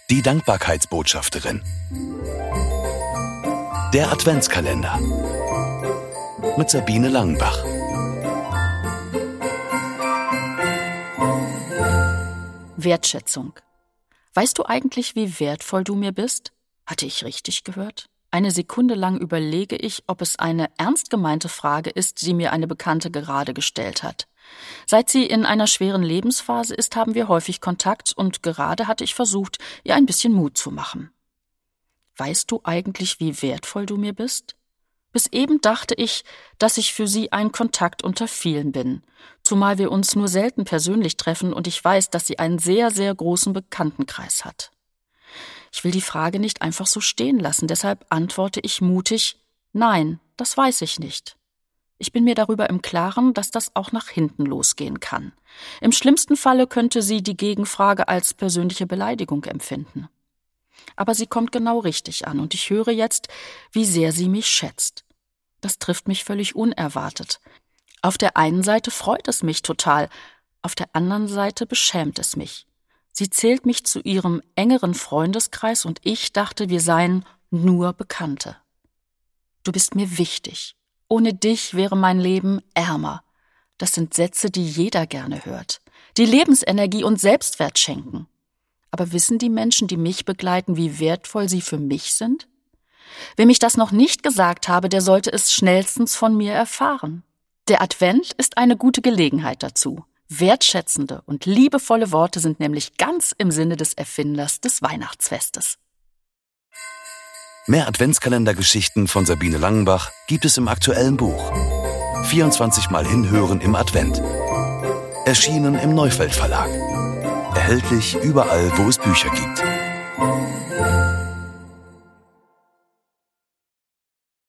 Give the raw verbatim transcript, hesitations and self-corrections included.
Die Dankbarkeitsbotschafterin. Der Adventskalender mit Sabine Langenbach. Wertschätzung. Weißt du eigentlich, wie wertvoll du mir bist? Hatte ich richtig gehört? Eine Sekunde lang überlege ich, ob es eine ernst gemeinte Frage ist, die mir eine Bekannte gerade gestellt hat. Seit sie in einer schweren Lebensphase ist, haben wir häufig Kontakt und gerade hatte ich versucht, ihr ein bisschen Mut zu machen. Weißt du eigentlich, wie wertvoll du mir bist? Bis eben dachte ich, dass ich für sie ein Kontakt unter vielen bin, zumal wir uns nur selten persönlich treffen und ich weiß, dass sie einen sehr, sehr großen Bekanntenkreis hat. Ich will die Frage nicht einfach so stehen lassen, deshalb antworte ich mutig, nein, das weiß ich nicht. Ich bin mir darüber im Klaren, dass das auch nach hinten losgehen kann. Im schlimmsten Falle könnte sie die Gegenfrage als persönliche Beleidigung empfinden. Aber sie kommt genau richtig an und ich höre jetzt, wie sehr sie mich schätzt. Das trifft mich völlig unerwartet. Auf der einen Seite freut es mich total, auf der anderen Seite beschämt es mich. Sie zählt mich zu ihrem engeren Freundeskreis und ich dachte, wir seien nur Bekannte. Du bist mir wichtig. Ohne dich wäre mein Leben ärmer. Das sind Sätze, die jeder gerne hört, die Lebensenergie und Selbstwert schenken. Aber wissen die Menschen, die mich begleiten, wie wertvoll sie für mich sind? Wem ich das noch nicht gesagt habe, der sollte es schnellstens von mir erfahren. Der Advent ist eine gute Gelegenheit dazu. Wertschätzende und liebevolle Worte sind nämlich ganz im Sinne des Erfinders des Weihnachtsfestes. Mehr Adventskalendergeschichten von Sabine Langenbach gibt es im aktuellen Buch vierundzwanzig Mal hinhören im Advent. Erschienen im Neufeld Verlag. Erhältlich überall, wo es Bücher gibt.